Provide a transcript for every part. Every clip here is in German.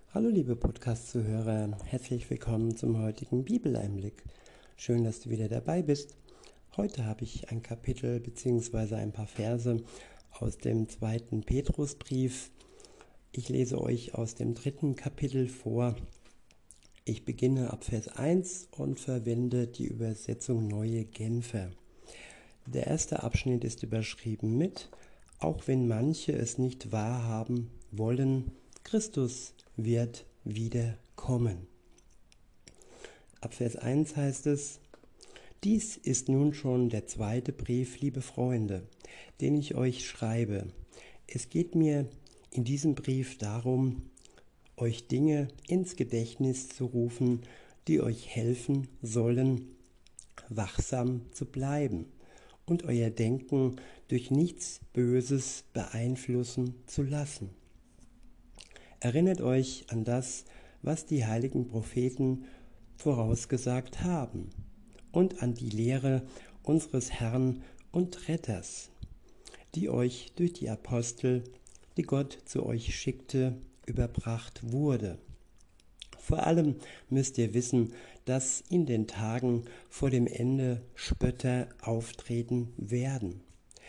Hallo liebe Podcast-Zuhörer, herzlich willkommen zum heutigen Bibeleinblick. Schön, dass du wieder dabei bist. Heute habe ich ein Kapitel bzw. ein paar Verse aus dem zweiten Petrusbrief. Ich lese euch aus dem dritten Kapitel vor. Ich beginne ab Vers 1 und verwende die Übersetzung Neue Genfer. Der erste Abschnitt ist überschrieben mit: Auch wenn manche es nicht wahrhaben wollen, Christus wird wieder kommen. Ab Vers 1 heißt es: Dies ist nun schon der zweite Brief, liebe Freunde, den ich euch schreibe. Es geht mir in diesem Brief darum, euch Dinge ins Gedächtnis zu rufen, die euch helfen sollen, wachsam zu bleiben und euer Denken durch nichts Böses beeinflussen zu lassen. Erinnert euch an das, was die heiligen Propheten vorausgesagt haben, und an die Lehre unseres Herrn und Retters, die euch durch die Apostel, die Gott zu euch schickte, überbracht wurde. Vor allem müsst ihr wissen, dass in den Tagen vor dem Ende Spötter auftreten werden,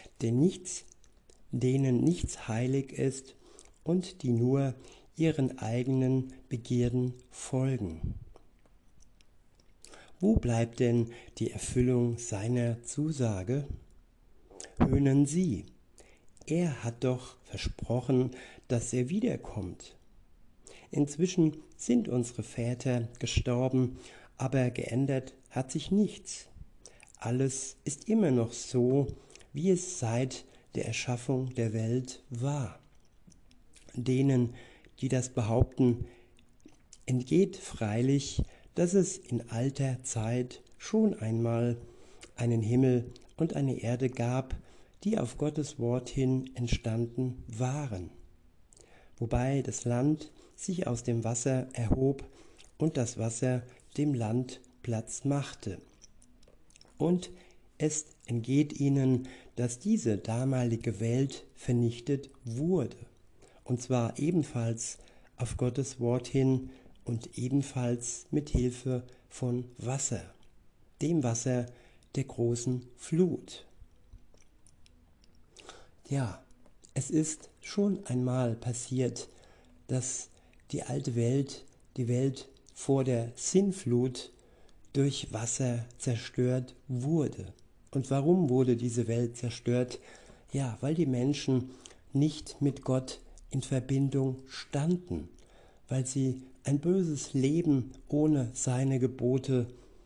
denen nichts heilig ist und die nur ihren eigenen Begierden folgen. Wo bleibt denn die Erfüllung seiner Zusage? Höhnen Sie, er hat doch versprochen, dass er wiederkommt. Inzwischen sind unsere Väter gestorben, aber geändert hat sich nichts. Alles ist immer noch so, wie es seit der Erschaffung der Welt war. Denen, die das behaupten, entgeht freilich, dass es in alter Zeit schon einmal einen Himmel und eine Erde gab, die auf Gottes Wort hin entstanden waren, wobei das Land sich aus dem Wasser erhob und das Wasser dem Land Platz machte. Und es entgeht ihnen, dass diese damalige Welt vernichtet wurde, und zwar ebenfalls auf Gottes Wort hin und ebenfalls mit Hilfe von Wasser, dem Wasser der großen Flut. Ja, es ist schon einmal passiert, dass die alte Welt, die Welt vor der Sintflut, durch Wasser zerstört wurde. Und warum wurde diese Welt zerstört? Ja, weil die Menschen nicht mit Gott in Verbindung standen, weil sie ein böses Leben ohne seine Gebote,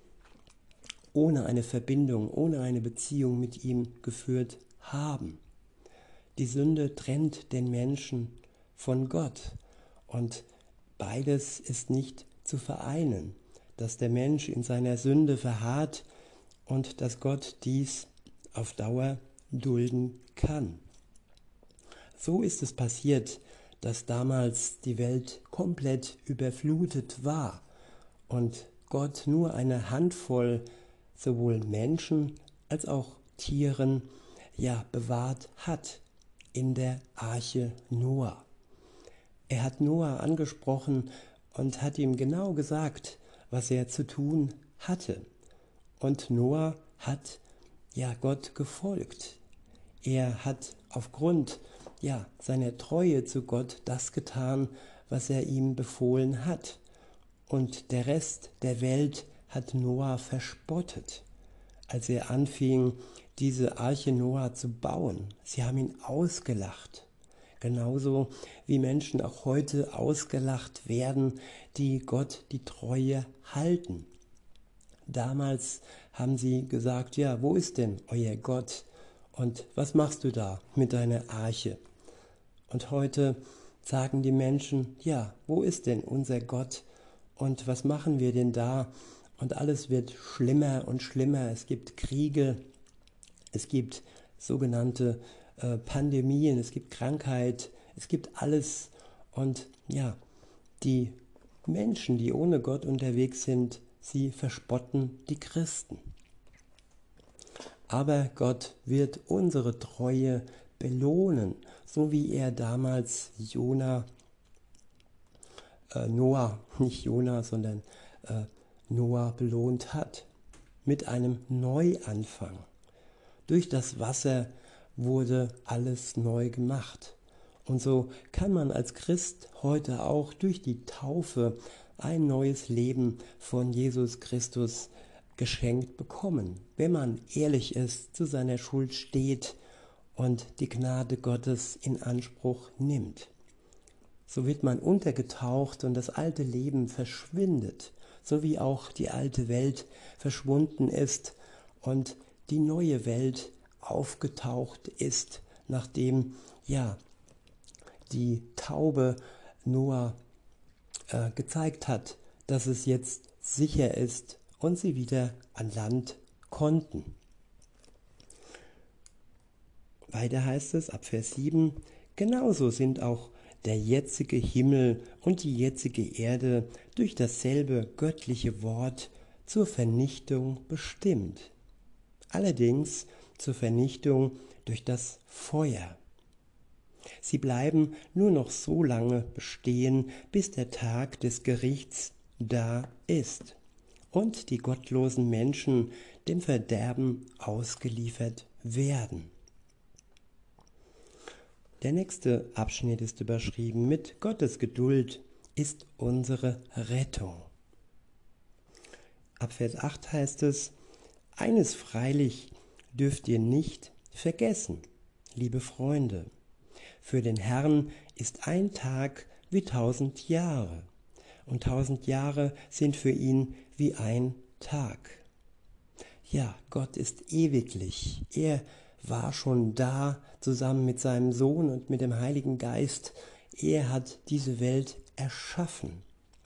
ohne eine Verbindung, ohne eine Beziehung mit ihm geführt haben. Die Sünde trennt den Menschen von Gott, und beides ist nicht zu vereinen, dass der Mensch in seiner Sünde verharrt und dass Gott dies auf Dauer dulden kann. So ist es passiert, dass damals die Welt komplett überflutet war und Gott nur eine Handvoll sowohl Menschen als auch Tieren bewahrt hat in der Arche Noah. Er hat Noah angesprochen und hat ihm genau gesagt, was er zu tun hatte. Und Noah hat Gott gefolgt. Er hat aufgrund seiner Treue zu Gott das getan, was er ihm befohlen hat. Und der Rest der Welt hat Noah verspottet, als er anfing, diese Arche Noah zu bauen. Sie haben ihn ausgelacht. Genauso wie Menschen auch heute ausgelacht werden, die Gott die Treue halten. Damals haben sie gesagt: Ja, wo ist denn euer Gott? Und was machst du da mit deiner Arche? Und heute sagen die Menschen: Ja, wo ist denn unser Gott? Und was machen wir denn da? Und alles wird schlimmer und schlimmer. Es gibt Kriege, es gibt sogenannte Pandemien, es gibt Krankheit, es gibt alles. Und die Menschen, die ohne Gott unterwegs sind, sie verspotten die Christen. Aber Gott wird unsere Treue belohnen, so wie er damals Jona Noah, nicht Jona, sondern Noah belohnt hat mit einem Neuanfang. Durch das Wasser wurde alles neu gemacht. Und so kann man als Christ heute auch durch die Taufe ein neues Leben von Jesus Christus geschenkt bekommen, wenn man ehrlich ist, zu seiner Schuld steht und die Gnade Gottes in Anspruch nimmt. So wird man untergetaucht und das alte Leben verschwindet, so wie auch die alte Welt verschwunden ist und die neue Welt aufgetaucht ist, nachdem die Taube Noah gezeigt hat, dass es jetzt sicher ist und sie wieder an Land konnten. Weiter heißt es ab Vers 7, genauso sind auch der jetzige Himmel und die jetzige Erde durch dasselbe göttliche Wort zur Vernichtung bestimmt. Allerdings zur Vernichtung durch das Feuer. Sie bleiben nur noch so lange bestehen, bis der Tag des Gerichts da ist und die gottlosen Menschen dem Verderben ausgeliefert werden. Der nächste Abschnitt ist überschrieben mit Gottes Geduld ist unsere Rettung. Ab Vers 8 heißt es, eines freilich dürft ihr nicht vergessen, liebe Freunde. Für den Herrn ist ein Tag wie 1000 Jahre und 1000 Jahre sind für ihn wie ein Tag. Ja, Gott ist ewiglich. Er war schon da zusammen mit seinem Sohn und mit dem Heiligen Geist. Er hat diese Welt erschaffen.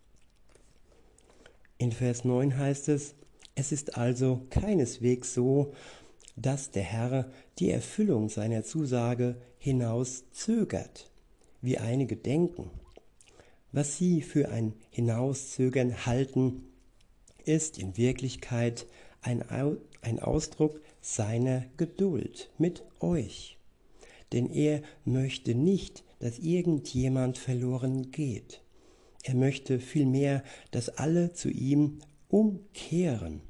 In Vers 9 heißt es, es ist also keineswegs so, dass der Herr die Erfüllung seiner Zusage hinauszögert, wie einige denken. Was sie für ein Hinauszögern halten, ist in Wirklichkeit ein Ausdruck seiner Geduld mit euch. Denn er möchte nicht, dass irgendjemand verloren geht. Er möchte vielmehr, dass alle zu ihm umkehren.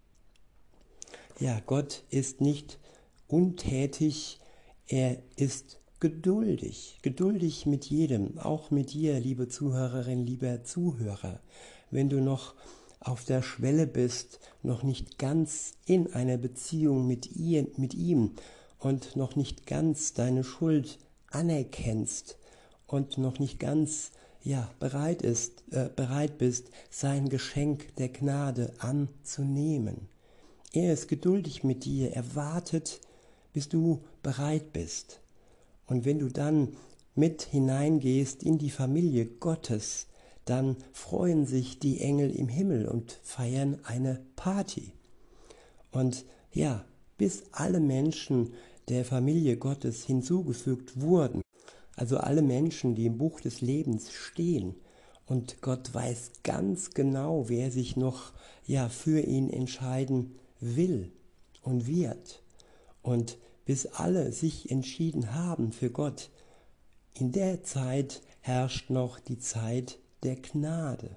Ja, Gott ist nicht untätig, er ist geduldig mit jedem, auch mit dir, liebe Zuhörerin, lieber Zuhörer. Wenn du noch auf der Schwelle bist, noch nicht ganz in einer Beziehung mit ihm und noch nicht ganz deine Schuld anerkennst und noch nicht ganz bereit bist, sein Geschenk der Gnade anzunehmen. Er ist geduldig mit dir, er wartet, bis du bereit bist. Und wenn du dann mit hineingehst in die Familie Gottes, dann freuen sich die Engel im Himmel und feiern eine Party. Und bis alle Menschen der Familie Gottes hinzugefügt wurden, also alle Menschen, die im Buch des Lebens stehen, und Gott weiß ganz genau, wer sich noch für ihn entscheiden will und wird. Und bis alle sich entschieden haben für Gott, in der Zeit herrscht noch die Zeit der Gnade.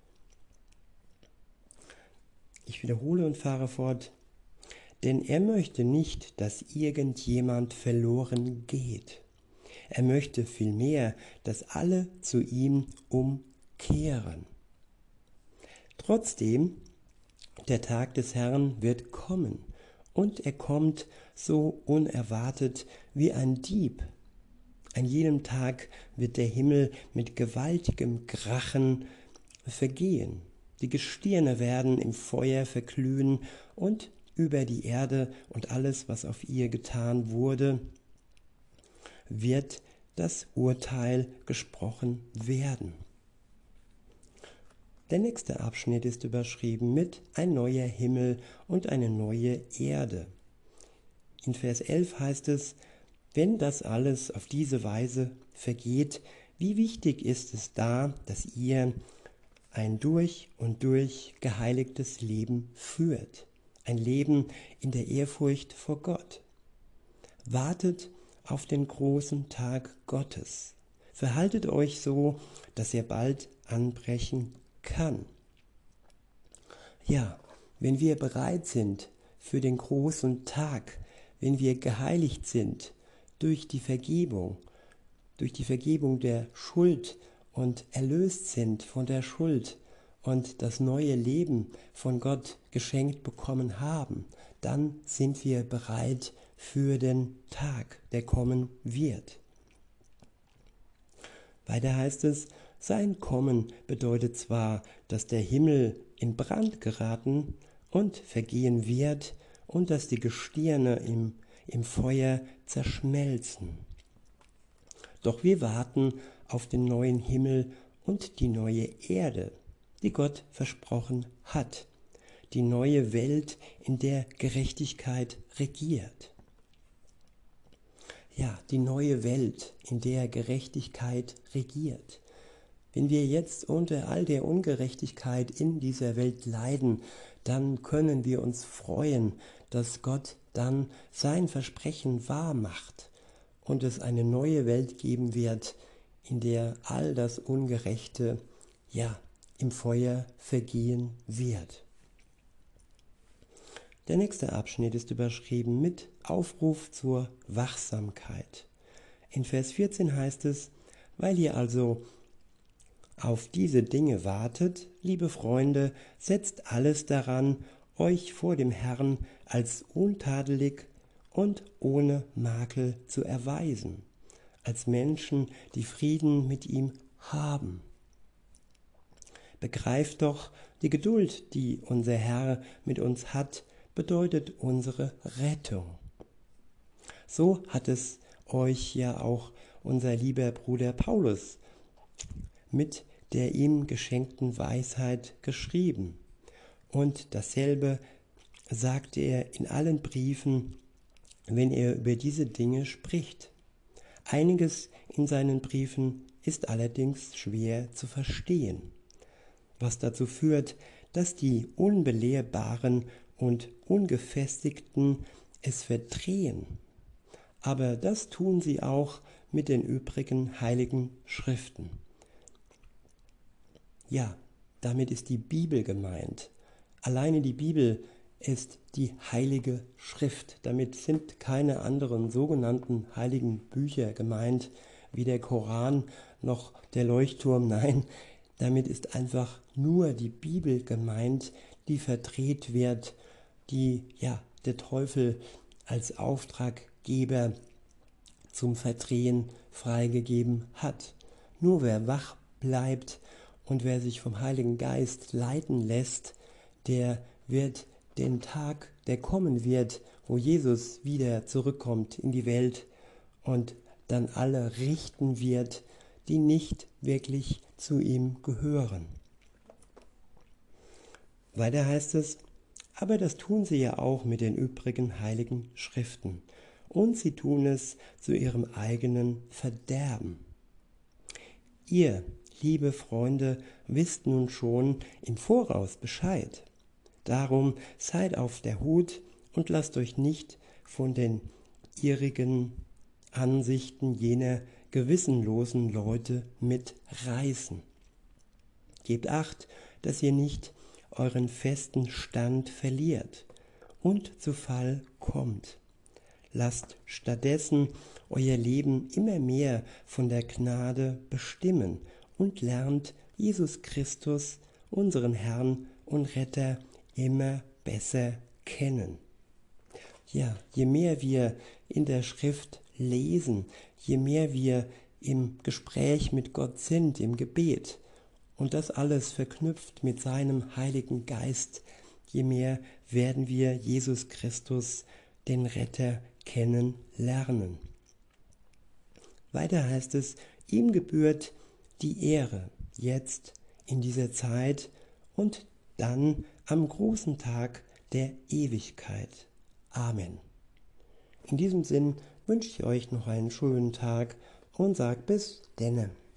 Ich wiederhole und fahre fort. Denn er möchte nicht, dass irgendjemand verloren geht. Er möchte vielmehr, dass alle zu ihm umkehren. Trotzdem, der Tag des Herrn wird kommen, und er kommt so unerwartet wie ein Dieb. An jedem Tag wird der Himmel mit gewaltigem Krachen vergehen. Die Gestirne werden im Feuer verglühen und über die Erde und alles, was auf ihr getan wurde, wird das Urteil gesprochen werden. Der nächste Abschnitt ist überschrieben mit ein neuer Himmel und eine neue Erde. In Vers 11 heißt es, wenn das alles auf diese Weise vergeht, wie wichtig ist es da, dass ihr ein durch und durch geheiligtes Leben führt. Ein Leben in der Ehrfurcht vor Gott. Wartet auf den großen Tag Gottes. Verhaltet euch so, dass er bald anbrechen kann. Ja, wenn wir bereit sind für den großen Tag, wenn wir geheiligt sind durch die Vergebung der Schuld und erlöst sind von der Schuld und das neue Leben von Gott geschenkt bekommen haben, dann sind wir bereit für den Tag, der kommen wird. Weiter heißt es, sein Kommen bedeutet zwar, dass der Himmel in Brand geraten und vergehen wird und dass die Gestirne im Feuer zerschmelzen. Doch wir warten auf den neuen Himmel und die neue Erde, die Gott versprochen hat. Die neue Welt, in der Gerechtigkeit regiert. Ja, die neue Welt, in der Gerechtigkeit regiert. Wenn wir jetzt unter all der Ungerechtigkeit in dieser Welt leiden, dann können wir uns freuen, dass Gott dann sein Versprechen wahr macht und es eine neue Welt geben wird, in der all das Ungerechte, ja, im Feuer vergehen wird. Der nächste Abschnitt ist überschrieben mit Aufruf zur Wachsamkeit. In Vers 14 heißt es, weil ihr also auf diese Dinge wartet, liebe Freunde, setzt alles daran, euch vor dem Herrn als untadelig und ohne Makel zu erweisen, als Menschen, die Frieden mit ihm haben. Begreift doch, die Geduld, die unser Herr mit uns hat, bedeutet unsere Rettung. So hat es euch ja auch unser lieber Bruder Paulus mit der ihm geschenkten Weisheit geschrieben. Und dasselbe sagte er in allen Briefen, wenn er über diese Dinge spricht. Einiges in seinen Briefen ist allerdings schwer zu verstehen, was dazu führt, dass die Unbelehrbaren und Ungefestigten es verdrehen. Aber das tun sie auch mit den übrigen heiligen Schriften. Ja, damit ist die Bibel gemeint. Alleine die Bibel ist die heilige Schrift. Damit sind keine anderen sogenannten heiligen Bücher gemeint, wie der Koran noch der Leuchtturm. Nein, damit ist einfach nur die Bibel gemeint, die verdreht wird, die ja der Teufel als Auftraggeber zum Verdrehen freigegeben hat. Nur wer wach bleibt und wer sich vom Heiligen Geist leiten lässt, der wird den Tag, der kommen wird, wo Jesus wieder zurückkommt in die Welt und dann alle richten wird, die nicht wirklich zu ihm gehören. Weiter heißt es, aber das tun sie ja auch mit den übrigen heiligen Schriften. Und sie tun es zu ihrem eigenen Verderben. Ihr, liebe Freunde, wisst nun schon im Voraus Bescheid. Darum seid auf der Hut und lasst euch nicht von den irrigen Ansichten jener gewissenlosen Leute mitreißen. Gebt Acht, dass ihr nicht euren festen Stand verliert und zu Fall kommt. Lasst stattdessen euer Leben immer mehr von der Gnade bestimmen und lernt Jesus Christus, unseren Herrn und Retter, immer besser kennen. Ja, je mehr wir in der Schrift lesen, je mehr wir im Gespräch mit Gott sind, im Gebet, und das alles verknüpft mit seinem Heiligen Geist, je mehr werden wir Jesus Christus, den Retter, kennenlernen. Weiter heißt es, ihm gebührt die Ehre, jetzt in dieser Zeit und dann am großen Tag der Ewigkeit. Amen. In diesem Sinn wünsche ich euch noch einen schönen Tag und sage bis denne.